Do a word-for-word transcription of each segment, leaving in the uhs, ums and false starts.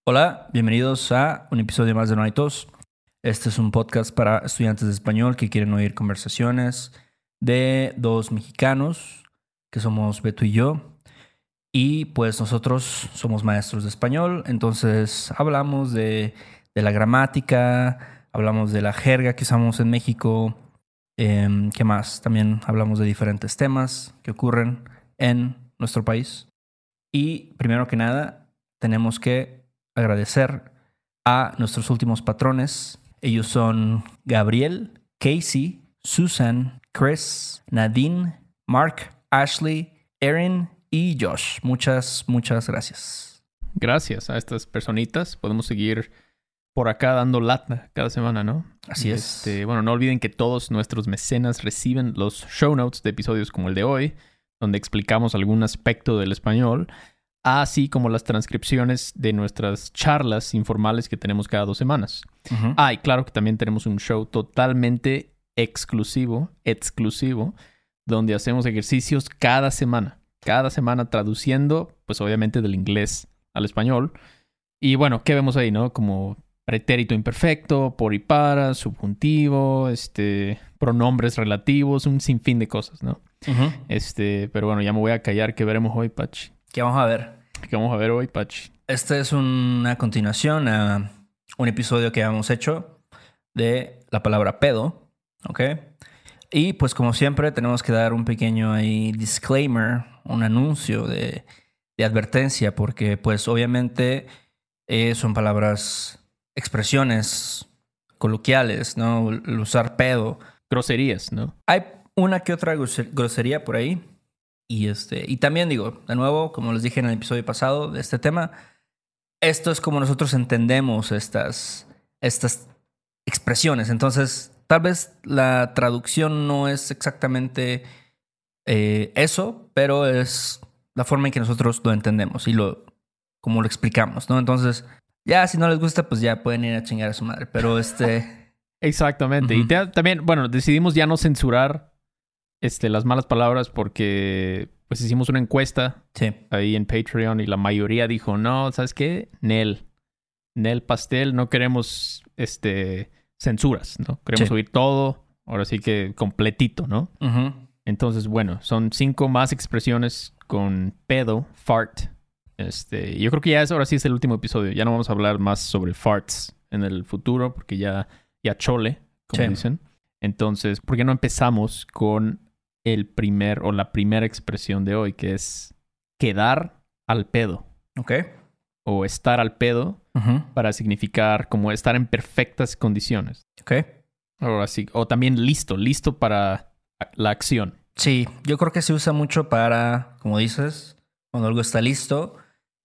Hola, bienvenidos a un episodio más de No hay tos. Este es un podcast para estudiantes de español que quieren oír conversaciones de dos mexicanos, que somos Beto y yo. Y pues nosotros somos maestros de español, entonces hablamos de, de la gramática, hablamos de la jerga que usamos en México. Eh, ¿Qué más? También hablamos de diferentes temas que ocurren en nuestro país. Y primero que nada, tenemos que agradecer a nuestros últimos patrones. Ellos son Gabriel, Casey, Susan, Chris, Nadine, Mark, Ashley, Erin y Josh. Muchas, muchas gracias. Gracias a estas personitas podemos seguir por acá dando lata cada semana, ¿no? Así es. Este, bueno, no olviden que todos nuestros mecenas reciben los show notes de episodios como el de hoy, donde explicamos algún aspecto del español, así como las transcripciones de nuestras charlas informales que tenemos cada dos semanas. Uh-huh. Ah, y claro que también tenemos un show totalmente exclusivo, exclusivo, donde hacemos ejercicios cada semana. Cada semana traduciendo, pues obviamente del inglés al español. Y bueno, ¿qué vemos ahí, no? Como pretérito imperfecto, por y para, subjuntivo, este, pronombres relativos, un sinfín de cosas, ¿no? Uh-huh. Este, pero bueno, ya me voy a callar. ¿Qué veremos hoy, Pachi? ¿Qué vamos a ver? ¿Qué vamos a ver hoy, Pachi? Esta es una continuación a un episodio que habíamos hecho de la palabra pedo, ¿ok? Y pues como siempre tenemos que dar un pequeño ahí disclaimer, un anuncio de, de advertencia, porque pues obviamente eh, son palabras, expresiones coloquiales, ¿no? El usar pedo. Groserías, ¿no? Hay una que otra grosería por ahí. Y, este, y también digo, de nuevo, como les dije en el episodio pasado de este tema, esto es como nosotros entendemos estas, estas expresiones. Entonces, tal vez la traducción no es exactamente eh, eso, pero es la forma en que nosotros lo entendemos y lo, como lo explicamos, ¿no? Entonces, ya si no les gusta, pues ya pueden ir a chingar a su madre. Pero este... Exactamente. Uh-huh. Y te, también, bueno, decidimos ya no censurar Este, las malas palabras porque pues hicimos una encuesta sí. ahí en Patreon y la mayoría dijo, no, ¿sabes qué? Nel. Nel pastel, no queremos este, censuras, ¿no? Queremos sí. oír todo, ahora sí que completito, ¿no? Uh-huh. Entonces, bueno, son cinco más expresiones con pedo, fart. Este, yo creo que ya es, ahora sí es el último episodio. Ya no vamos a hablar más sobre farts en el futuro porque ya, ya chole, como sí. dicen. Entonces, ¿por qué no empezamos con el primer o la primera expresión de hoy, que es quedar al pedo? Ok. O estar al pedo uh-huh. para significar como estar en perfectas condiciones. Ok. O así, o también listo, listo para la acción. Sí, yo creo que se usa mucho para, como dices, cuando algo está listo,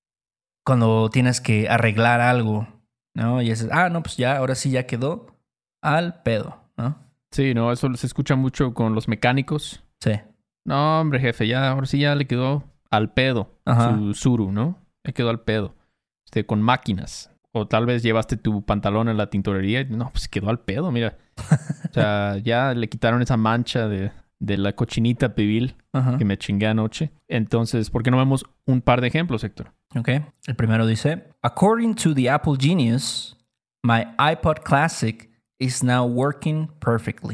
cuando tienes que arreglar algo, ¿no? Y dices, ah, no, pues ya, ahora sí ya quedó al pedo, ¿no? Sí, no, eso se escucha mucho con los mecánicos. Sí. No, hombre, jefe, ya, ahora sí ya le quedó al pedo. Ajá. Su suru, ¿no? Le quedó al pedo. Este, con máquinas. O tal vez llevaste tu pantalón en la tintorería y no, pues quedó al pedo, mira. O sea, ya le quitaron esa mancha de, de la cochinita pibil Ajá. que me chingué anoche. Entonces, ¿por qué no vemos un par de ejemplos, Héctor? Ok. El primero dice, according to the Apple Genius, my iPod Classic is now working perfectly.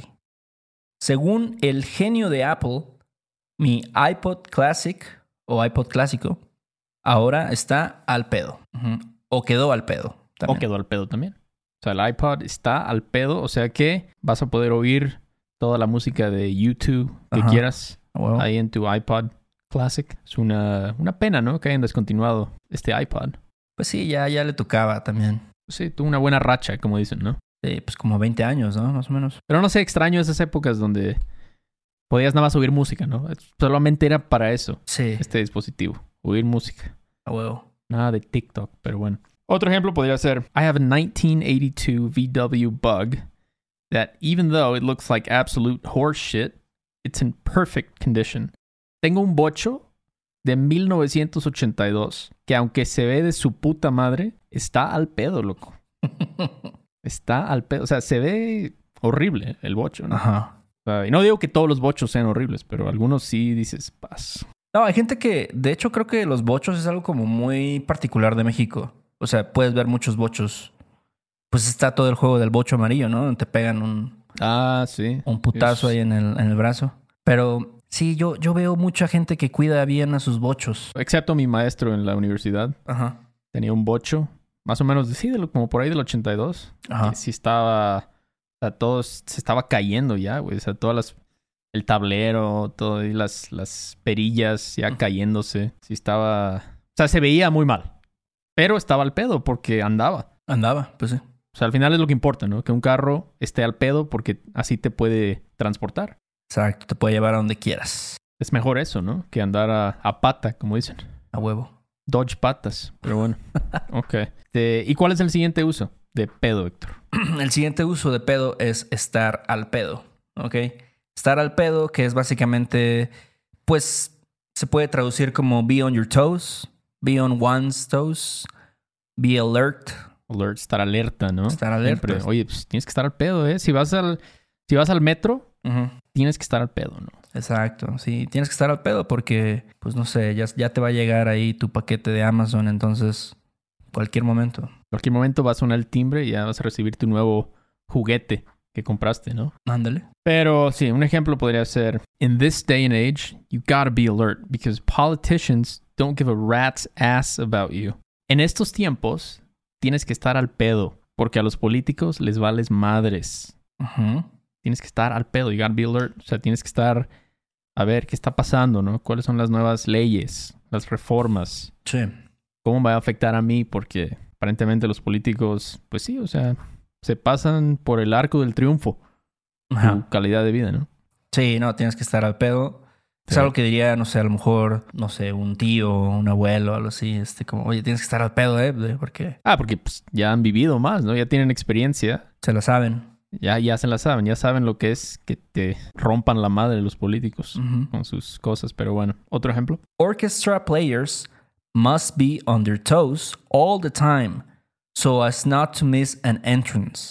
Según el genio de Apple, mi iPod Classic o iPod clásico ahora está al pedo. Uh-huh. O quedó al pedo. También. O quedó al pedo también. O sea, el iPod está al pedo. O sea que vas a poder oír toda la música de YouTube que Ajá. quieras wow. ahí en tu iPod Classic. Es una, una pena, ¿no? Que hayan descontinuado este iPod. Pues sí, ya, ya le tocaba también. Sí, tuvo una buena racha, como dicen, ¿no? Sí, pues como veinte años, ¿no? Más o menos. Pero no sé, extraño esas épocas donde podías nada más oír música, ¿no? Solamente era para eso. Sí. Este dispositivo. Oír música. A huevo. Nada de TikTok, pero bueno. Otro ejemplo podría ser, I have a nineteen eighty-two V W Bug that even though it looks like absolute horse shit, it's in perfect condition. Tengo un bocho de mil novecientos ochenta y dos que aunque se ve de su puta madre, está al pedo, loco. Está al pedo. O sea, se ve horrible el bocho, ¿no? Ajá. O sea, y no digo que todos los bochos sean horribles, pero algunos sí dices, paz. No, hay gente que, de hecho, creo que los bochos es algo como muy particular de México. O sea, puedes ver muchos bochos. Pues está todo el juego del bocho amarillo, ¿no? Te pegan un, Ah, sí. un putazo Es- ahí en el, en el brazo. Pero sí, yo, yo veo mucha gente que cuida bien a sus bochos. Excepto mi maestro en la universidad. Ajá. Tenía un bocho, más o menos, sí, de lo- como por ahí del ochenta y dos. Ajá. Que sí estaba... O sea, todo s- se estaba cayendo ya, güey. O sea, todas las... El tablero, todo y las, las perillas ya Ujú. cayéndose. Sí estaba... O sea, se veía muy mal. Pero estaba al pedo porque andaba. Andaba, pues sí. O sea, al final es lo que importa, ¿no? Que un carro esté al pedo porque así te puede transportar. Exacto, te puede llevar a donde quieras. Es mejor eso, ¿no? Que andar a, a pata, como dicen. A huevo. Dodge patas. Pero bueno. Ok. Este, ¿y cuál es el siguiente uso de pedo, Héctor? El siguiente uso de pedo es estar al pedo, ¿ok? Estar al pedo, que es básicamente, pues, se puede traducir como be on your toes, be on one's toes, be alert. Alert, estar alerta, ¿no? Estar alerta. Siempre. Oye, pues tienes que estar al pedo, ¿eh? Si vas al, si vas al metro, Ujú. tienes que estar al pedo, ¿no? Exacto, sí, tienes que estar al pedo porque, pues no sé, ya, ya te va a llegar ahí tu paquete de Amazon, entonces, cualquier momento. En cualquier momento va a sonar el timbre y ya vas a recibir tu nuevo juguete que compraste, ¿no? Ándale. Pero sí, un ejemplo podría ser, in this day and age, you gotta be alert because politicians don't give a rat's ass about you. En estos tiempos, tienes que estar al pedo porque a los políticos les vales madres. Ujú. Tienes que estar al pedo, you gotta be alert. O sea, tienes que estar a ver qué está pasando, ¿no? ¿Cuáles son las nuevas leyes, las reformas? Sí. ¿Cómo va a afectar a mí? Porque aparentemente los políticos, pues sí, o sea, se pasan por el arco del triunfo. Ajá. Tu calidad de vida, ¿no? Sí, no, tienes que estar al pedo. Es Sí. algo que diría, no sé, a lo mejor, no sé, un tío, un abuelo, algo así, este, como, oye, tienes que estar al pedo, ¿eh? De- Porque Ah, porque pues, ya han vivido más, ¿no? Ya tienen experiencia. se la saben. Ya, ya se la saben. Ya saben lo que es que te rompan la madre los políticos Ujú. con sus cosas. Pero bueno, otro ejemplo. Orchestra players must be on their toes all the time so as not to miss an entrance.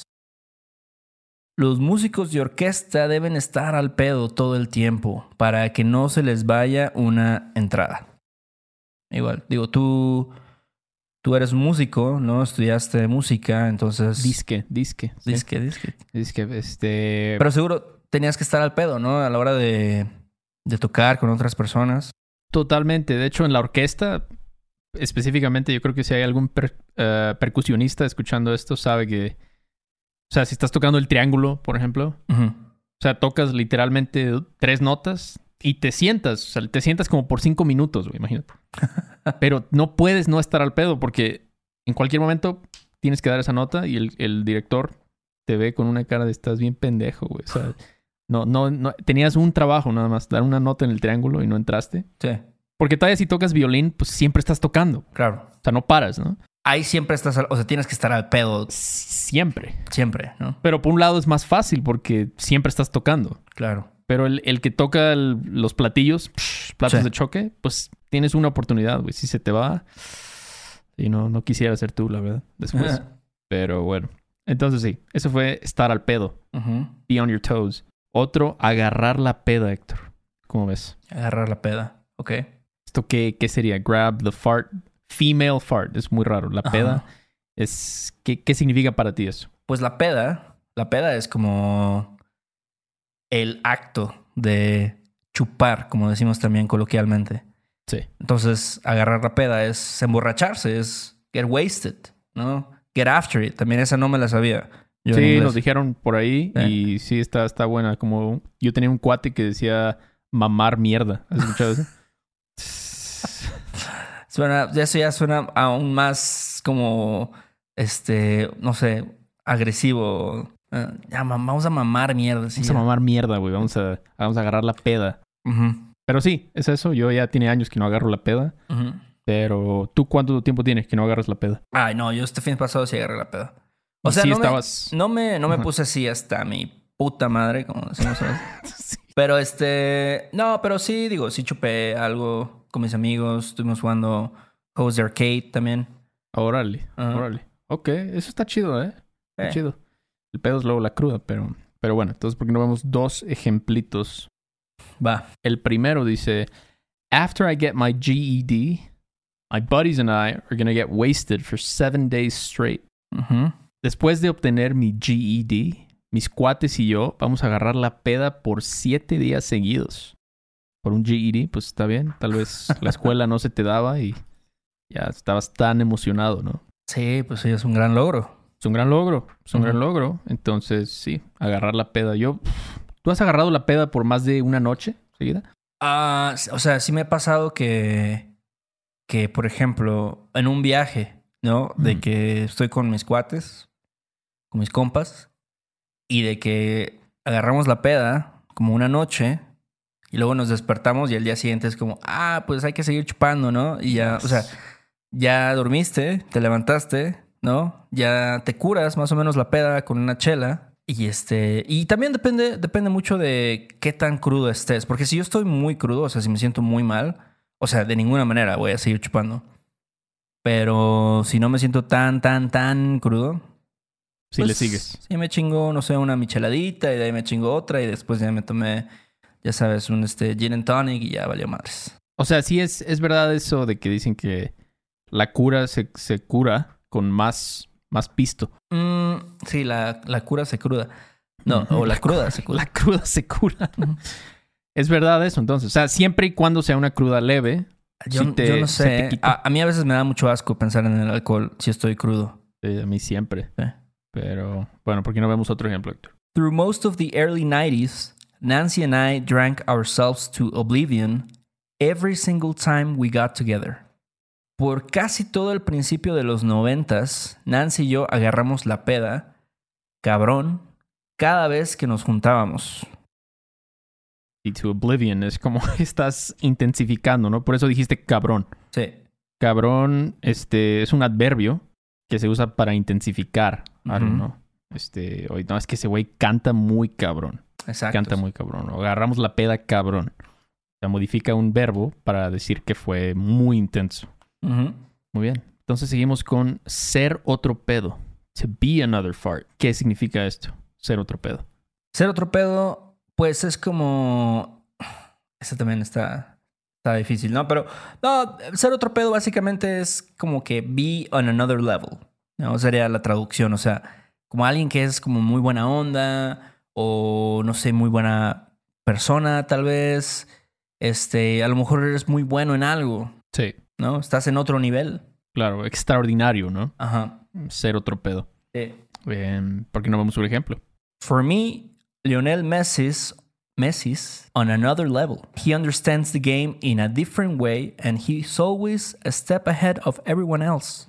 Los músicos de orquesta deben estar al pedo todo el tiempo para que no se les vaya una entrada. Igual, digo, tú, tú eres músico, ¿no? Estudiaste música, entonces... Disque, disque. sí. Disque, disque. Disque, este... Pero seguro tenías que estar al pedo, ¿no? A la hora de, de tocar con otras personas. Totalmente. De hecho, en la orquesta, específicamente, yo creo que si hay algún per- eh, percusionista escuchando esto, sabe que... O sea, si estás tocando el triángulo, por ejemplo, Ujú. o sea, tocas literalmente tres notas y te sientas. O sea, te sientas como por cinco minutos, güey, imagínate. Pero no puedes no estar al pedo porque en cualquier momento tienes que dar esa nota y el, el director te ve con una cara de estás bien pendejo, güey. O sea, no, no, no, tenías un trabajo nada más, dar una nota en el triángulo y no entraste. Sí, Porque todavía si tocas violín, pues siempre estás tocando. claro. O sea, no paras, ¿no? Ahí siempre estás, al- o sea, tienes que estar al pedo Siempre. siempre, ¿no? Pero por un lado es más fácil porque siempre estás tocando. Claro. Pero el, el que toca el- los platillos, psh, platos Sí. de choque, pues tienes una oportunidad, güey. Si se te va, y no, no quisiera ser tú, la verdad, después. Pero bueno. Entonces sí, eso fue estar al pedo. Ujú. Be on your toes. Otro, agarrar la peda, Héctor. ¿Cómo ves? Agarrar la peda. Ok. ¿Esto qué, qué sería? Grab the fart. Female fart. Es muy raro. La Ajá. peda es... ¿Qué, qué significa para ti eso? Pues la peda, la peda es como el acto de chupar, como decimos también coloquialmente. Sí. Entonces, agarrar la peda es emborracharse, es get wasted, ¿no? Get after it. También esa no me la sabía. Yo en Sí, inglés. nos dijeron por ahí Sí. y sí está, está buena. Como yo tenía un cuate que decía mamar mierda. ¿Has escuchado eso? Suena, eso ya suena aún más como, este, no sé, agresivo. Eh, ya, mam- vamos a mamar mierda. Sí, Vamos a ya. mamar mierda, güey. Vamos a, vamos a agarrar la peda. Ujú, Pero sí, es eso. Yo ya tiene años que no agarro la peda. ujú. Pero ¿tú cuánto tiempo tienes que no agarras la peda? Ay, no, yo este fin pasado sí agarré la peda. O Y sea, sí no, estabas... me, no me, no me Ajá. puse así hasta mi puta madre, como decimos. ¿sabes? Sí. Pero este, no, pero sí, digo, sí chupé algo con mis amigos. Estuvimos jugando juegos de arcade también. Órale, Ajá. órale. Ok, eso está chido, ¿eh? Está Eh. chido. El pedo es luego la cruda, pero... Pero bueno, entonces, ¿por qué no vemos dos ejemplitos? Va. El primero dice... After I get my G E D, My buddies and I are going to get wasted for seven days straight. Uh-huh. Después de obtener mi G E D, mis cuates y yo vamos a agarrar la peda por siete días seguidos. Por un G E D, pues está bien. Tal vez la escuela no se te daba y ya estabas tan emocionado, ¿no? Sí, pues sí, es un gran logro. Es un gran logro. Es un Uh-huh. gran logro. Entonces, sí, agarrar la peda. Yo, ¿tú has agarrado la peda por más de una noche seguida? Ah, o sea, sí me ha pasado que, que, por ejemplo, en un viaje, ¿no? De Mm. que estoy con mis cuates, con mis compas, y de que agarramos la peda como una noche y luego nos despertamos y al día siguiente es como, ah, pues hay que seguir chupando, ¿no? Y ya, o sea, ya dormiste, te levantaste, ¿no? Ya te curas más o menos la peda con una chela. Y este, y también depende, depende mucho de qué tan crudo estés. Porque si yo estoy muy crudo, o sea, si me siento muy mal, o sea, de ninguna manera voy a seguir chupando. Pero si no me siento tan, tan, tan crudo, Sí, pues, le sigues. sí me chingo, no sé, una micheladita y de ahí me chingo otra y después ya me tomé, ya sabes, un este gin and tonic y ya valió madres. O sea, sí es, es verdad eso de que dicen que la cura se, se cura con más, más pisto. Mm, sí, la, la cura se cruda. No, o la cruda se cruda. La cruda se cura. Ujú. Es verdad eso, entonces. O sea, siempre y cuando sea una cruda leve. Yo, sí te- yo no se te sé. quita. A, a mí a veces me da mucho asco pensar en el alcohol si estoy crudo. eh, a mí siempre. Sí. Pero, bueno, ¿por qué no vemos otro ejemplo, Héctor? Through most of the early nineties, Nancy and I drank ourselves to oblivion every single time we got together. Por casi todo el principio de los noventas, Nancy y yo agarramos la peda, cabrón, cada vez que nos juntábamos. Y to oblivion es como estás intensificando, ¿no? Por eso dijiste cabrón. Sí. Cabrón, este, es un adverbio que se usa para intensificar. I don't Ujú. know. Este, oye, no, es que ese güey canta muy cabrón. Exacto. Canta muy cabrón. O agarramos la peda cabrón. O sea, modifica un verbo para decir que fue muy intenso. Ujú. Muy bien. Entonces seguimos con ser otro pedo. To be another fart. ¿Qué significa esto? Ser otro pedo. Ser otro pedo, pues es como... Eso también está, está difícil, ¿no? Pero no, ser otro pedo básicamente es como que be on another level, ¿no? Sería la traducción, o sea, como alguien que es como muy buena onda o, no sé, muy buena persona tal vez. Este, a lo mejor eres muy bueno en algo, Sí. ¿no? Estás en otro nivel. Claro, extraordinario, ¿no? Ajá. Ser otro pedo. Sí. Eh, ¿Por qué no vemos un ejemplo? For me, Lionel Messi's Messi's on another level. He understands the game in a different way and he's always a step ahead of everyone else.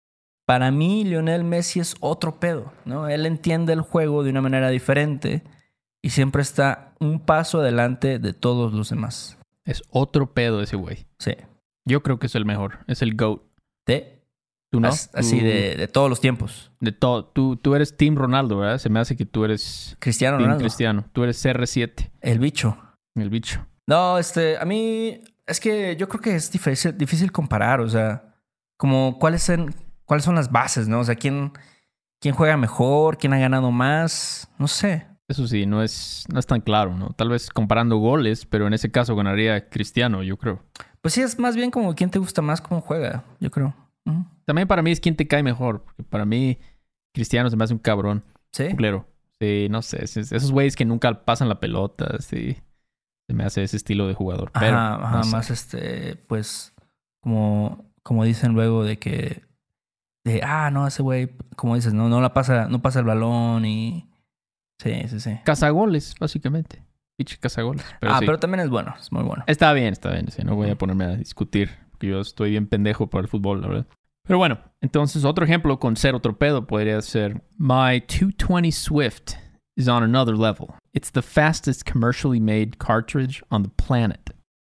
Para mí, Lionel Messi es otro pedo, ¿no? Él entiende el juego de una manera diferente y siempre está un paso adelante de todos los demás. Es otro pedo ese güey. Sí. Yo creo que es el mejor. Es el GOAT. De, ¿Tú no? as- así Tú- de, de todos los tiempos. De todo. Tú, tú eres Team Ronaldo, ¿verdad? Se me hace que tú eres Cristiano Team Ronaldo. Cristiano. Tú eres C R siete, El bicho. el bicho. No, este, a mí es que yo creo que es difícil, difícil comparar, o sea, como cuáles son, cuáles son las bases, ¿no? O sea, quién, quién juega mejor, quién ha ganado más, no sé. Eso sí, no es, no es tan claro, ¿no? Tal vez comparando goles, pero en ese caso ganaría Cristiano, yo creo. Pues sí, es más bien como quién te gusta más cómo juega, yo creo. Ujú. También para mí es quién te cae mejor. Porque para mí, Cristiano se me hace un cabrón. Sí. Culero. Sí, no sé. es- es- Esos güeyes que nunca pasan la pelota, sí. Se me hace ese estilo de jugador. Pero, Ajá, ajá, no sé. más este, pues, como, como dicen luego de que, de, ah, no, ese güey, como dices, no, no la pasa, no pasa el balón y, sí, sí, sí. Cazagoles, básicamente. Pinche cazagoles. Pero ah, sí. pero también es bueno, es muy bueno. Está bien, está bien. Sí, no voy a ponerme a discutir. Porque yo estoy bien pendejo para el fútbol, la verdad. Pero bueno, entonces otro ejemplo con ser otro pedo podría ser My two twenty Swift is on another level. It's the fastest commercially made cartridge on the planet.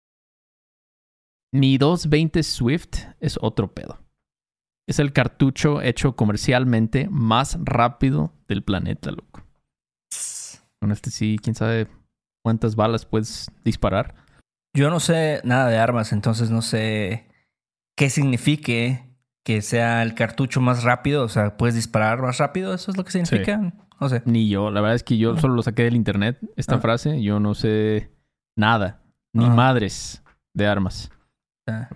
Mi doscientos veinte Swift es otro pedo. Es el cartucho hecho comercialmente más rápido del planeta, loco. Con este sí, quién sabe cuántas balas puedes disparar. Yo no sé nada de armas, entonces no sé qué signifique que sea el cartucho más rápido. O sea, puedes disparar más rápido. ¿Eso es lo que significa? No sé. Ni yo, la verdad es que yo solo lo saqué del internet, esta Ah. frase. Yo no sé nada, ni Ah. madres de armas. Ah. ¿Verdad?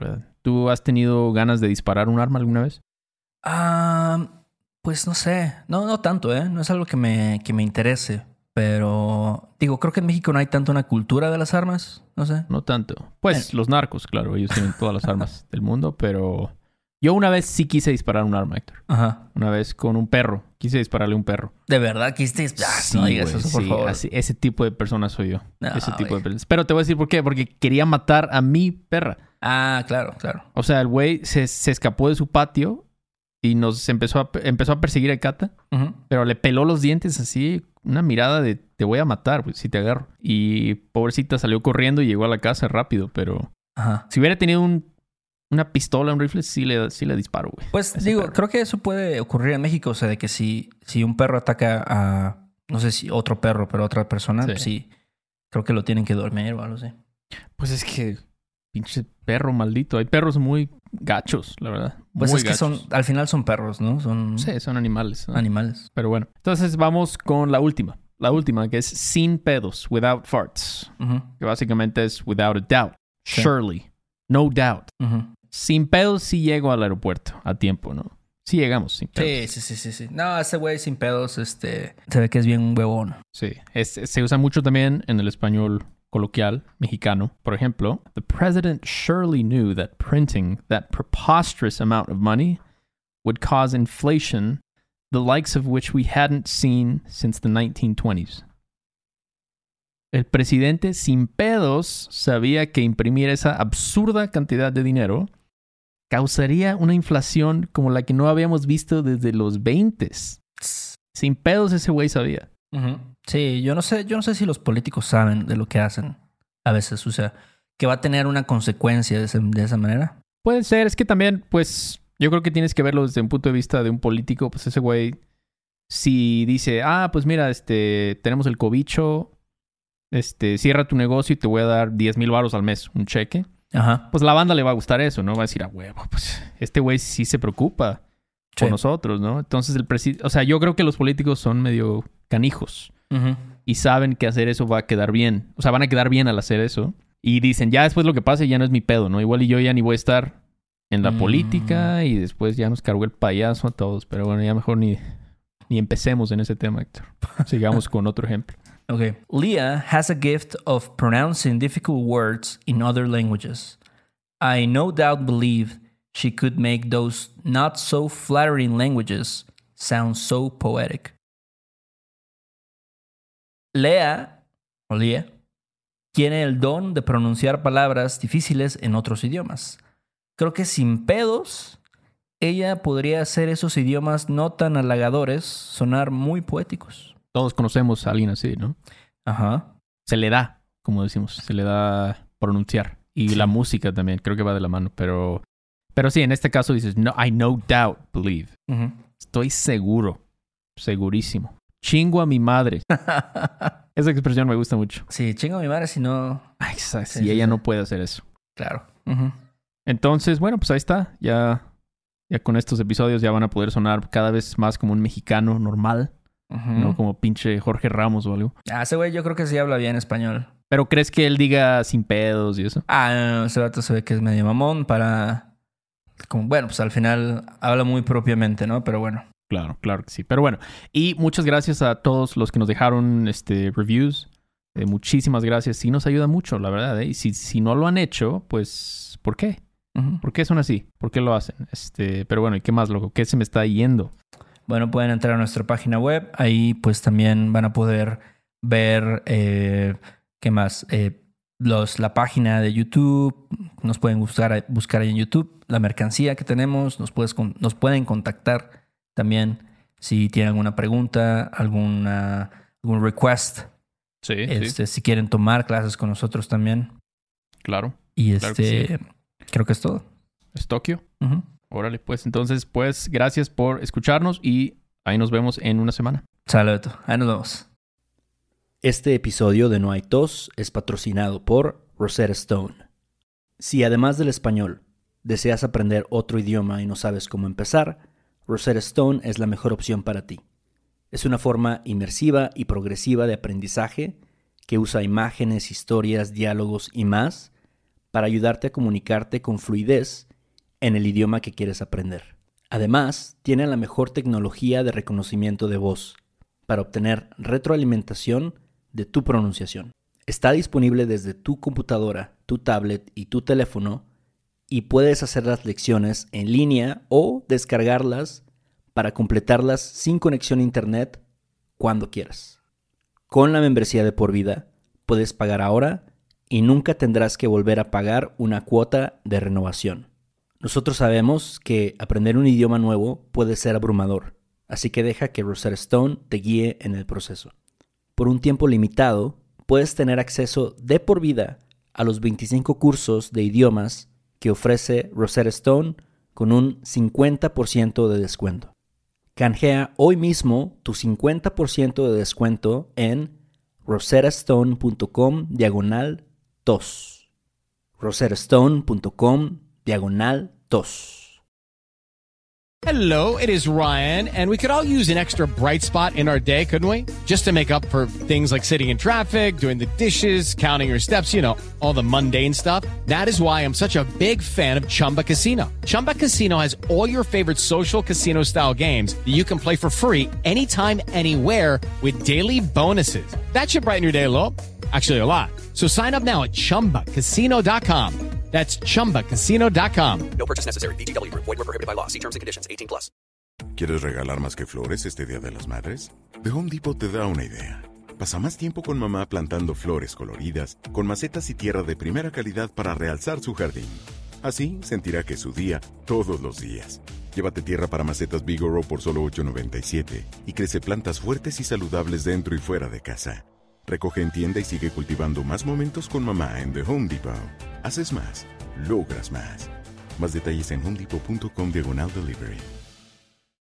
¿Tú has tenido ganas de disparar un arma alguna vez? Ah, pues no sé. No, no tanto, ¿eh? No es algo que me, que me interese. Pero, digo, creo que en México no hay tanto una cultura de las armas. No sé. No tanto. Pues Eh. los narcos, claro. Ellos tienen todas las armas del mundo, pero... Yo una vez sí quise disparar un arma, Héctor. Ajá. Una vez con un perro. Quise dispararle a un perro. ¿De verdad quisiste? Ah, Sí, no digas güey, eso, por sí, favor. así- ese tipo de persona soy yo. No, ese tipo güey. de personas. Pero te voy a decir por qué. Porque quería matar a mi perra. Ah, claro, claro. O sea, el güey se, se escapó de su patio y nos empezó a, empezó a perseguir a Cata. Ujú. Pero le peló los dientes así, una mirada de te voy a matar, pues, si te agarro. Y pobrecita salió corriendo y llegó a la casa rápido. Pero Ajá. si hubiera tenido un, una pistola, un rifle, sí le, sí le disparo, güey. Pues Ese digo, perro. creo que eso puede ocurrir en México. O sea, de que si, si un perro ataca a, no sé si otro perro, pero otra persona, Sí. pues sí, creo que lo tienen que dormir o algo así. Pues es que, pinche perro maldito. Hay perros muy gachos, la verdad. Pues muy es que son, gachos. al final son perros, ¿no? Son Sí, son animales, ¿no? animales. Pero bueno. Entonces vamos con la última. La última, que es sin pedos, without farts. Ujú, Que básicamente es without a doubt. Sí. Surely. No doubt. ujú. Sin pedos sí llego al aeropuerto a tiempo, ¿no? Sí llegamos sin pedos. Sí, sí, sí, sí, sí. No, ese güey sin pedos, este, se ve que es bien un huevón. Sí. Es- se usa mucho también en el español coloquial mexicano. Por ejemplo, the president surely knew that printing that preposterous amount of money would cause inflation, the likes of which we hadn't seen since the nineteen twenties. El presidente sin pedos sabía que imprimir esa absurda cantidad de dinero causaría una inflación como la que no habíamos visto desde los veintes. Sin pedos ese güey sabía. Ujú. Sí, yo no sé, yo no sé si los políticos saben de lo que hacen a veces, o sea, que va a tener una consecuencia de, ese- de esa manera. Puede ser, es que también, pues, yo creo que tienes que verlo desde un punto de vista de un político. Pues ese güey, si dice, ah, pues mira, este, tenemos el cobicho, este, cierra tu negocio y te voy a dar diez mil varos al mes, un cheque. Ajá. Pues la banda le va a gustar eso, ¿no? Va a decir, a huevo, pues este güey sí se preocupa por Sí. nosotros, ¿no? Entonces el presidente, o sea, yo creo que los políticos son medio canijos Ujú. y saben que hacer eso va a quedar bien. O sea, van a quedar bien al hacer eso. Y dicen, ya después lo que pase ya no es mi pedo, ¿no? Igual y yo ya ni voy a estar en la Mm. política y después ya nos cargó el payaso a todos. Pero bueno, ya mejor ni, ni empecemos en ese tema, Héctor. Sigamos con otro ejemplo. Okay. Leah has a gift of pronouncing difficult words in other languages. I no doubt believe she could make those not so flattering languages sound so poetic. Leah, o Leah, tiene el don de pronunciar palabras difíciles en otros idiomas. Creo que sin pedos, ella podría hacer esos idiomas no tan halagadores sonar muy poéticos. Todos conocemos a alguien así, ¿no? Ajá. Se le da, como decimos, se le da pronunciar. Y Sí. la música también, creo que va de la mano. Pero, pero sí, en este caso dices, no, I no doubt believe. Ujú. Estoy seguro, segurísimo. Chingo a mi madre. Esa expresión me gusta mucho. Sí, chingo a mi madre si no... Ay, sa- Sí, si sí, ella sí. no puede hacer eso. Claro. Ujú. Entonces, bueno, pues ahí está. Ya, ya con estos episodios ya van a poder sonar cada vez más como un mexicano normal, Ujú. no como pinche Jorge Ramos o algo. Ah, ese güey yo creo que sí habla bien español. Pero ¿crees que él diga sin pedos y eso? Ah, no, no, ese vato se ve que es medio mamón para... Como, bueno, pues al final habla muy propiamente, ¿no? Pero bueno. Claro, claro que sí. Pero bueno, y muchas gracias a todos los que nos dejaron este reviews. Eh, muchísimas gracias. Sí nos ayuda mucho, la verdad. ¿eh? Y si, si no lo han hecho, pues ¿por qué? Ujú. ¿Por qué son así? ¿Por qué lo hacen? Este, pero bueno, ¿y qué más, loco? ¿Qué se me está yendo? Bueno, pueden entrar a nuestra página web. Ahí pues también van a poder ver... eh, ¿Qué más? Eh, los, la página de YouTube. Nos pueden buscar, buscar ahí en YouTube. La mercancía que tenemos. Nos, puedes, con- nos pueden contactar también si tienen alguna pregunta, alguna, algún request. Sí, Este, si quieren tomar clases con nosotros también. claro. Y Claro que este, creo que es todo. Es Tokio. Ujú. Órale, pues entonces, pues gracias por escucharnos y ahí nos vemos en una semana. Sale, Beto. Ahí nos vemos. Este episodio de No hay tos es patrocinado por Rosetta Stone. Si además del español deseas aprender otro idioma y no sabes cómo empezar, Rosetta Stone es la mejor opción para ti. Es una forma inmersiva y progresiva de aprendizaje que usa imágenes, historias, diálogos y más para ayudarte a comunicarte con fluidez en el idioma que quieres aprender. Además, tiene la mejor tecnología de reconocimiento de voz para obtener retroalimentación de tu pronunciación. Está disponible desde tu computadora, tu tablet y tu teléfono y puedes hacer las lecciones en línea o descargarlas para completarlas sin conexión a internet cuando quieras. Con la membresía de por vida, puedes pagar ahora y nunca tendrás que volver a pagar una cuota de renovación. Nosotros sabemos que aprender un idioma nuevo puede ser abrumador, así que deja que Rosetta Stone te guíe en el proceso. Por un tiempo limitado, puedes tener acceso de por vida a los veinticinco cursos de idiomas que ofrece Rosetta Stone con un cincuenta por ciento de descuento. Canjea hoy mismo tu cincuenta por ciento de descuento en rosettastone.com diagonal tos. rosettastone.com diagonal tos. Hello, it is Ryan, and we could all use an extra bright spot in our day, couldn't we? Just to make up for things like sitting in traffic, doing the dishes, counting your steps, you know, all the mundane stuff. That is why I'm such a big fan of Chumba Casino. Chumba Casino has all your favorite social casino-style games that you can play for free anytime, anywhere with daily bonuses. That should brighten your day a little. Actually, a lot. So sign up now at chumba casino dot com. That's chumba casino dot com. No purchase necessary. V G W Group. Void where prohibited by law. See terms and conditions. eighteen plus. ¿Quieres regalar más que flores este Día de las Madres? The Home Depot te da una idea. Pasa más tiempo con mamá plantando flores coloridas, con macetas y tierra de primera calidad para realzar su jardín. Así sentirá que es su día todos los días. Llévate tierra para macetas Bigoro por solo ocho noventa y siete y crece plantas fuertes y saludables dentro y fuera de casa. Recoge en tienda y sigue cultivando más momentos con mamá en The Home Depot. Haces más, logras más. Más detalles en homedepot.com diagonal delivery.